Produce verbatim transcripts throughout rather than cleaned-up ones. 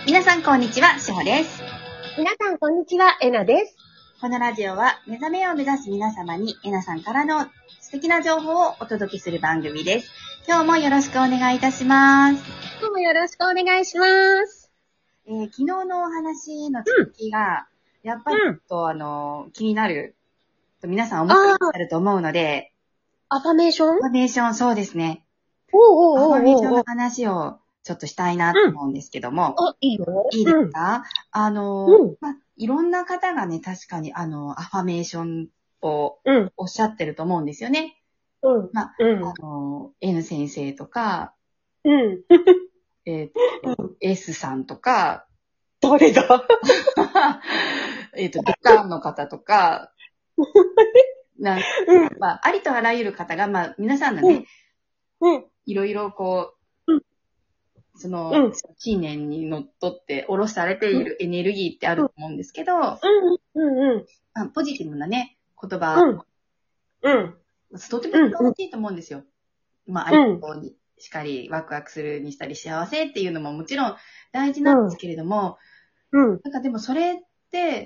皆さんこんにちは、しほです。 皆さんこんにちは、えなです。 このラジオは目覚めを目指す皆様にえなさんからの素敵な情報をお届けする番組です。今日もよろしくお願いいたします。 今日もよろしくお願いします。 えー、昨日のお話の続きが、うん、やっぱりちょっと、あの気になると皆さん思っていらっしゃると思うので、 アファメーション？ アファメーション、そうですね。 おうおうおうおうおう。 アファメーションの話をちょっとしたいなと思うんですけども。 うん、あ、いいよ。 いいですか？うん、あの、 うん、 ま、いろんな方がね、確かにあの、アファメーションをおっしゃってると思うんですよね。 うん。 ま、 うん、 あの、N 先生とか、 うん。 えっと、S さんとか、 誰だえっと、ドカンの方とか、なんか、まあ、ありとあらゆる方が、まあ、皆さんのね、 うん、 いろいろこう、 う、その、信念にのっとって下ろされているエネルギーってあると思うんですけど、うん、 うん、 まあ、ポジティブなね、言葉、 うん、うん、 とても素晴らしいと思うんですよ。まあ、ありがとうにしかり、ワクワクするにしたり、幸せっていうのももちろん大事なんですけれども、うん、なんかでもそれって、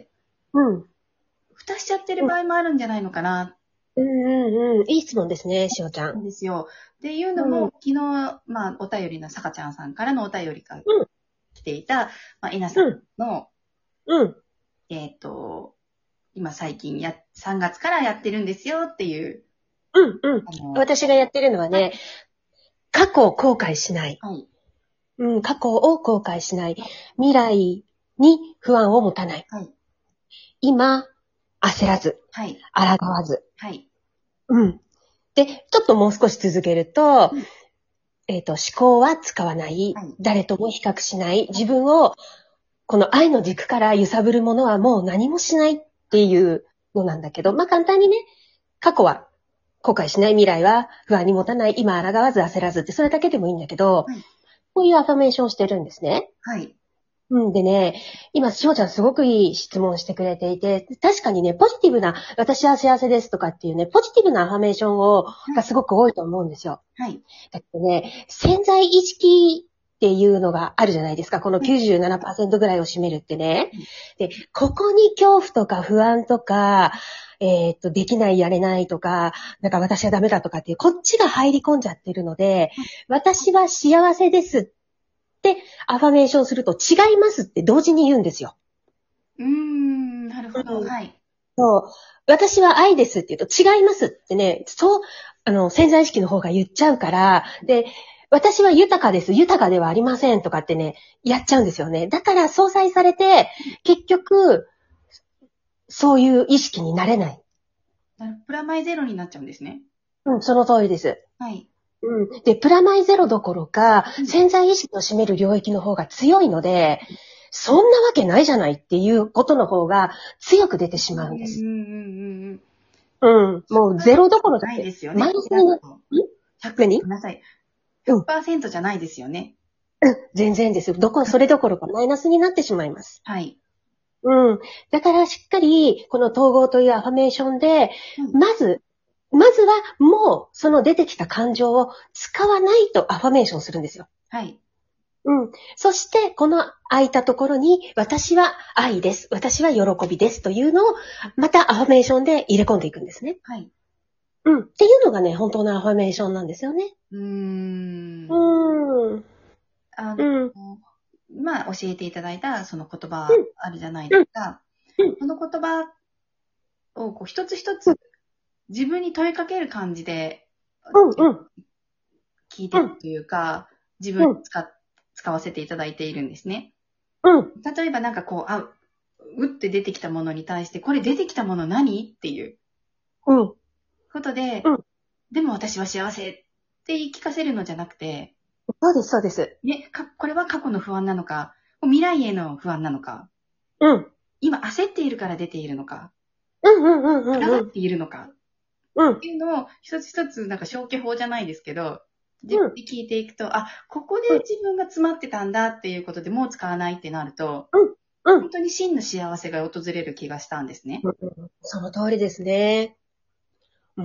うん、蓋しちゃってる場合もあるんじゃないのかな。 うんうんうん。いい質問ですね、しおちゃん。 そうですよ。っていうのも、うん、昨日、まあ、お便りのさかちゃんさんからのお便りが来ていた、まあ、えなさんの、うん、えっと、今最近や、さんがつからやってるんですよっていう。 うんうん。私がやってるのはね、過去を後悔しない。はい。うん、過去を後悔しない。未来に不安を持たない。はい。今、焦らず。はい。抗わず。はい。うん。で、ちょっともう少し続けると、うん、えっと、思考は使わない。はい。誰とも比較しない。自分を、この愛の軸から揺さぶるものはもう何もしないっていうのなんだけど、まあ簡単にね、過去は後悔しない、未来は不安に持たない、今抗わず焦らずってそれだけでもいいんだけど、はい、こういうアファメーションをしてるんですね。はい。うんでね、今、しおちゃんすごくいい質問してくれていて、確かにね、ポジティブな、私は幸せですとかっていうね、ポジティブなアファメーションを、がすごく多いと思うんですよ。はい。だってね、潜在意識っていうのがあるじゃないですか。この きゅうじゅうななパーセント ぐらいを占めるってね。で、ここに恐怖とか不安とか、えっと、できない、やれないとか、なんか私はダメだとかっていう、こっちが入り込んじゃってるので、私は幸せですってアファメーションすると違いますって同時に言うんですよ。 うーん、なるほど。うん、はい。 そう。私は愛ですって言うと違いますってね、そう、あの、潜在意識の方が言っちゃうから、で、私は豊かです、豊かではありませんとかってね、やっちゃうんですよね。だから相殺されて、結局、そういう意識になれない。 プラマイゼロになっちゃうんですね。 うん、その通りです。はい。うん。で、プラマイゼロどころか、うん、潜在意識を占める領域の方が強いので、そんなわけないじゃないっていうことの方が強く出てしまうんです。うんうんうんうん。うん。もうゼロどころじゃないですよね。マイナスになる。 ひゃく、何？ごめんなさい。ひゃくパーセント じゃないですよね。 うん。全然です。どこ、それどころかマイナスになってしまいます。はい。うん。だからしっかり、この統合というアファメーションで、うん、まず、まずはもう、その出てきた感情を使わないとアファメーションするんですよ。はい。うん。そして、この空いたところに、私は愛です。私は喜びですというのを、またアファメーションで入れ込んでいくんですね。はい。うん。っていうのがね、本当のアファメーションなんですよね。うーん。うーん。 あの、うん、まあ、教えていただいた、その言葉あるじゃないですか。うんうん、その言葉を、こう、一つ一つ、自分に問いかける感じで、うんうん、聞いてるというか、自分に使、使わせていただいているんですね。うん。例えばなんかこう、あ、うって出てきたものに対して、これ出てきたもの何っていう。うん。ことで、うん、でも私は幸せって言い聞かせるのじゃなくて、 そうです、そうです。 ね、か、これは過去の不安なのか、未来への不安なのか、うん。今焦っているから出ているのか、うんうんうんうん、うん。抗っているのか、うん。っていうのを一つ一つなんか消去法じゃないですけど、自分で聞いていくと、うん、あ、ここで自分が詰まってたんだっていうことでもう使わないってなると、うんうん、本当に真の幸せが訪れる気がしたんですね。 うん、その通りですね。うん。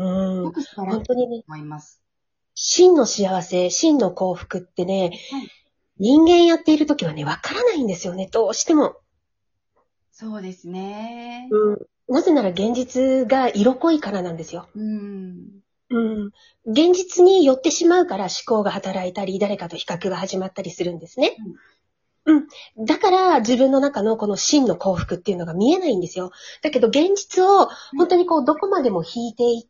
僕素晴らしいと思います。 真の幸せ、真の幸福ってね、はい、 人間やっているときはね、わからないんですよね、どうしても。 そうですね。 うん。なぜなら現実が色濃いからなんですよ。 うん。 うん。現実に寄ってしまうから思考が働いたり、誰かと比較が始まったりするんですね。うん。うん。だから自分の中のこの真の幸福っていうのが見えないんですよ。だけど現実を本当にこうどこまでも引いていって、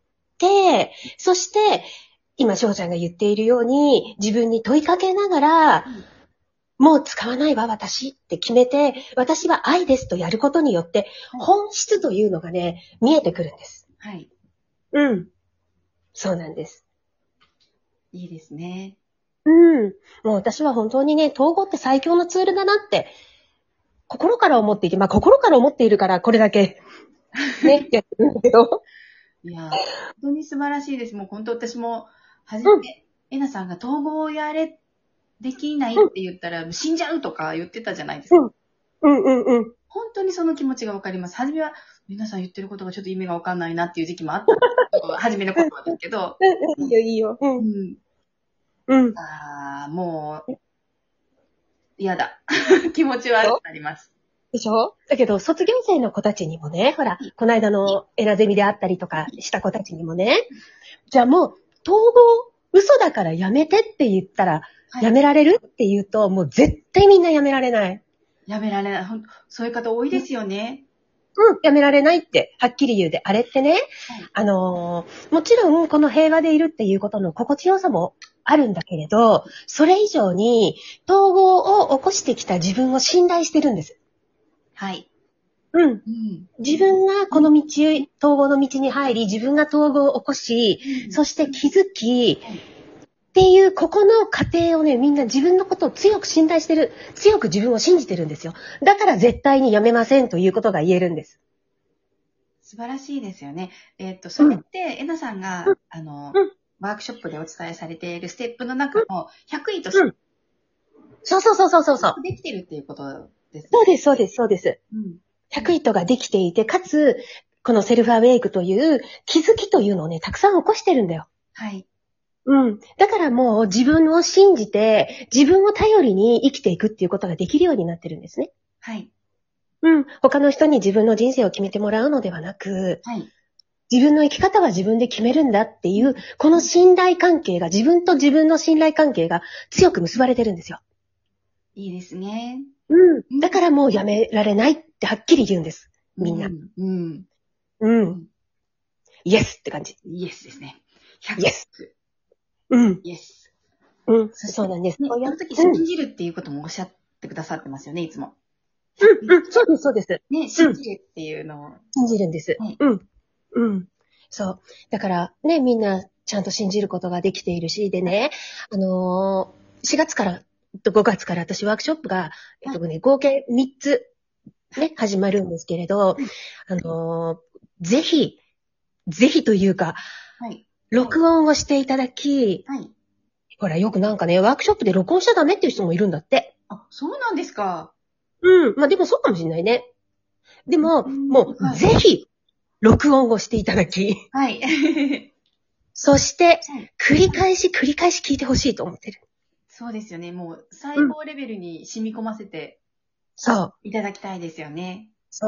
そして今翔ちゃんが言っているように自分に問いかけながら、うんもう使わないわ、私って決めて、私は愛ですとやることによって、本質というのがね、見えてくるんです。 はい。 うん。そうなんです。 いいですね。 うん。もう私は本当にね、統合って最強のツールだなって、心から思っていて、まあ心から思っているからこれだけ、ね、やってるんだけど。 いや、本当に素晴らしいです。もう本当私も、初めて、えなさんが統合をやれ、できないって言ったら、うん、死んじゃうとか言ってたじゃないですか。 うん。うんうんうん。 本当にその気持ちがわかります。初めは、皆さん言ってることがちょっと意味がわかんないなっていう時期もあったんですけど、初めのことはですけど。 いいよいいよ。うん。うん。 ああ、もう、嫌だ。気持ち悪くなります。 でしょ？だけど、卒業生の子たちにもね、ほら、この間のエナゼミであったりとかした子たちにもね、じゃあもう、統合、嘘だからやめてって言ったら、はい、やめられるって言うと、もう絶対みんなやめられない。 やめられない。ほんそういう方多いですよね。 うん、やめられないって、はっきり言うで、あれってね、はい、あのー、もちろん、この平和でいるっていうことの心地よさもあるんだけれど、それ以上に、統合を起こしてきた自分を信頼してるんです。 はい。 うん。うん、自分がこの道、統合の道に入り、自分が統合を起こし、うん、そして気づき、うん、っていう、ここの過程をね、みんな自分のことを強く信頼してる、強く自分を信じてるんですよ。だから絶対にやめませんということが言えるんです。 素晴らしいですよね。えっと、それって、えなさんが、うん、あの、うん、ワークショップでお伝えされているステップの中のひゃくいとして、うん、 そうそうそうそうそう。 できてるっていうことですね。 そうです、そうです、そうです。うん、ひゃくいとができていて、かつ、このセルフアウェイクという気づきというのをね、たくさん起こしてるんだよ。 はい。 うん。だからもう自分を信じて、自分を頼りに生きていくっていうことができるようになってるんですね。 はい。 うん。他の人に自分の人生を決めてもらうのではなく、はい。自分の生き方は自分で決めるんだっていう、この信頼関係が、自分と自分の信頼関係が強く結ばれてるんですよ。 いいですね。 うん。だからもうやめられないってはっきり言うんです。みんな。 うん。うん。 うん。イエスって感じ。 イエスですね。ひゃくイエス。うん。 イエス。 うん。そうなんです。 ね、その時信じるっていうこともおっしゃってくださってますよね、いつも。 うん、うん、そうです、そうです。 ね、信じるっていうのを。 信じるんです。うん。うん。そう。だからね、みんなちゃんと信じることができているし、でね、あのー、しがつからごがつから私ワークショップが、えっとね、合計みっつね、始まるんですけれど、あのー、ぜひ、ぜひというか、はい、録音をしていただき、はい、ほら、よくなんかね、ワークショップで録音しちゃダメっていう人もいるんだって。 あ、そうなんですか。 うん。まあでもそうかもしれないね。でも、もう、はい、ぜひ、録音をしていただき。はい。そして、繰り返し繰り返し聞いてほしいと思ってる。 そうですよね。もう、細胞レベルに染み込ませて、そう。いただきたいですよね。 そう。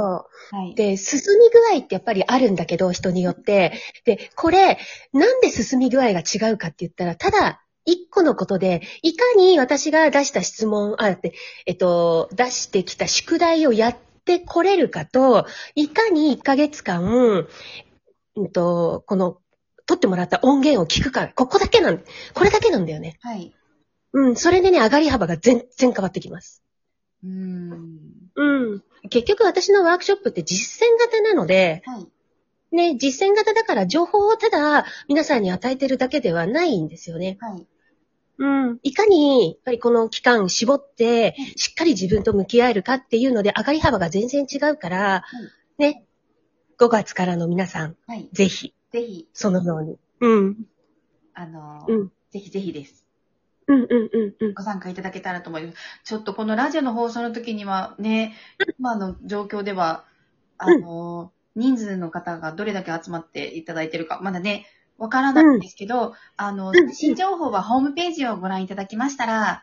はい。で、進み具合ってやっぱりあるんだけど、人によって。で、これ、なんで進み具合が違うかって言ったら、ただ、一個のことで、いかに私が出した質問、あ、えっと、出してきた宿題をやってこれるかと、いかにいっかげつかん、うんと、この、取ってもらった音源を聞くか、ここだけなん、これだけなんだよね。はい。うん、それでね、上がり幅が全然変わってきます。うーん。うん。結局私のワークショップって実践型なので、はい。ね、実践型だから情報をただ皆さんに与えてるだけではないんですよね。はい。うん。いかに、やっぱりこの期間絞って、しっかり自分と向き合えるかっていうので上がり幅が全然違うから、はい、ね、ごがつからの皆さん、はい、ぜひ、ぜひ、そのように。うん。あの、うん、ぜひぜひです。うんうんうんうん。ご参加いただけたらと思います。ちょっとこのラジオの放送の時にはね、今の状況では、あの、うん、人数の方がどれだけ集まっていただいてるか、まだね、わからないんですけど、うん、あの、最新情報はホームページをご覧いただきましたら、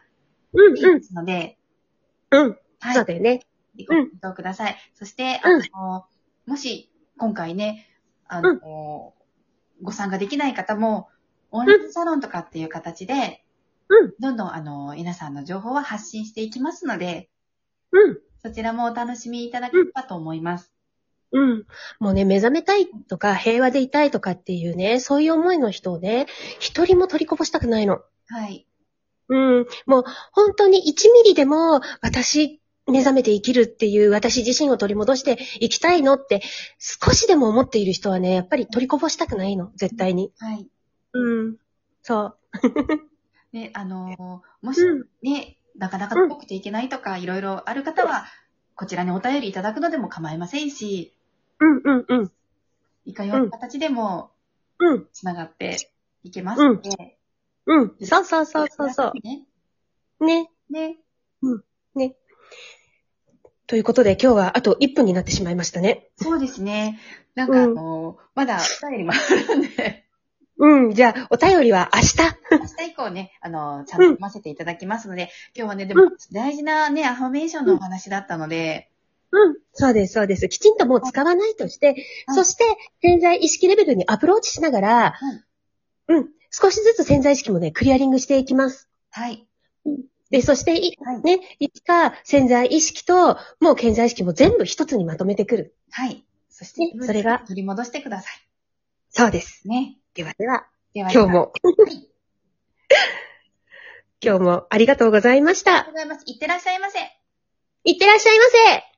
うん、 いいですので、 うん。 はい。 そうだよね。 ご検討ください。そして、あの、もし、今回ね、あの、ご参加できない方も、オンラインサロンとかっていう形で、 うん。 どんどん、あの、皆さんの情報は発信していきますので、 うん。 そちらもお楽しみいただければと思います。 うん。もうね、目覚めたいとか、平和でいたいとかっていうね、そういう思いの人をね、一人も取りこぼしたくないの。 はい。 うん。もう、本当にいちミリでも、私、目覚めて生きるっていう、私自身を取り戻して生きたいのって、少しでも思っている人はね、やっぱり取りこぼしたくないの。絶対に。 はい。 うん。そう。 ね、あの、もし、ね、なかなか遠くていけないとか、いろいろある方は、こちらにお便りいただくのでも構いませんし、 うんうんうん。 いかような形でも、 うん。 つながっていけますので、 うん。そうそうそうそうそう。 ね。 ね。 ね。 うん。ね。ということで、今日はあといっぷんになってしまいましたね。 そうですね。なんか、あの、まだお便りもあるんで。 うん。じゃあ、お便りは明日。 明日以降ね、あの、ちゃんと読ませていただきますので、今日はね、でも、大事なね、アファメーションのお話だったので、 うん。そうです、そうです。きちんともう使わないとして、はい、そして、潜在意識レベルにアプローチしながら、はい、うん。少しずつ潜在意識もね、クリアリングしていきます。 はい。 で、そして、い、はい、ね、いつか潜在意識と、もう潜在意識も全部一つにまとめてくる。 はい。そして、ね、それが、取り戻してください。 そうです。 ね。 ではでは、では今日も。はい。今日もありがとうございました。ありがとうございます。いってらっしゃいませ。 いってらっしゃいませ。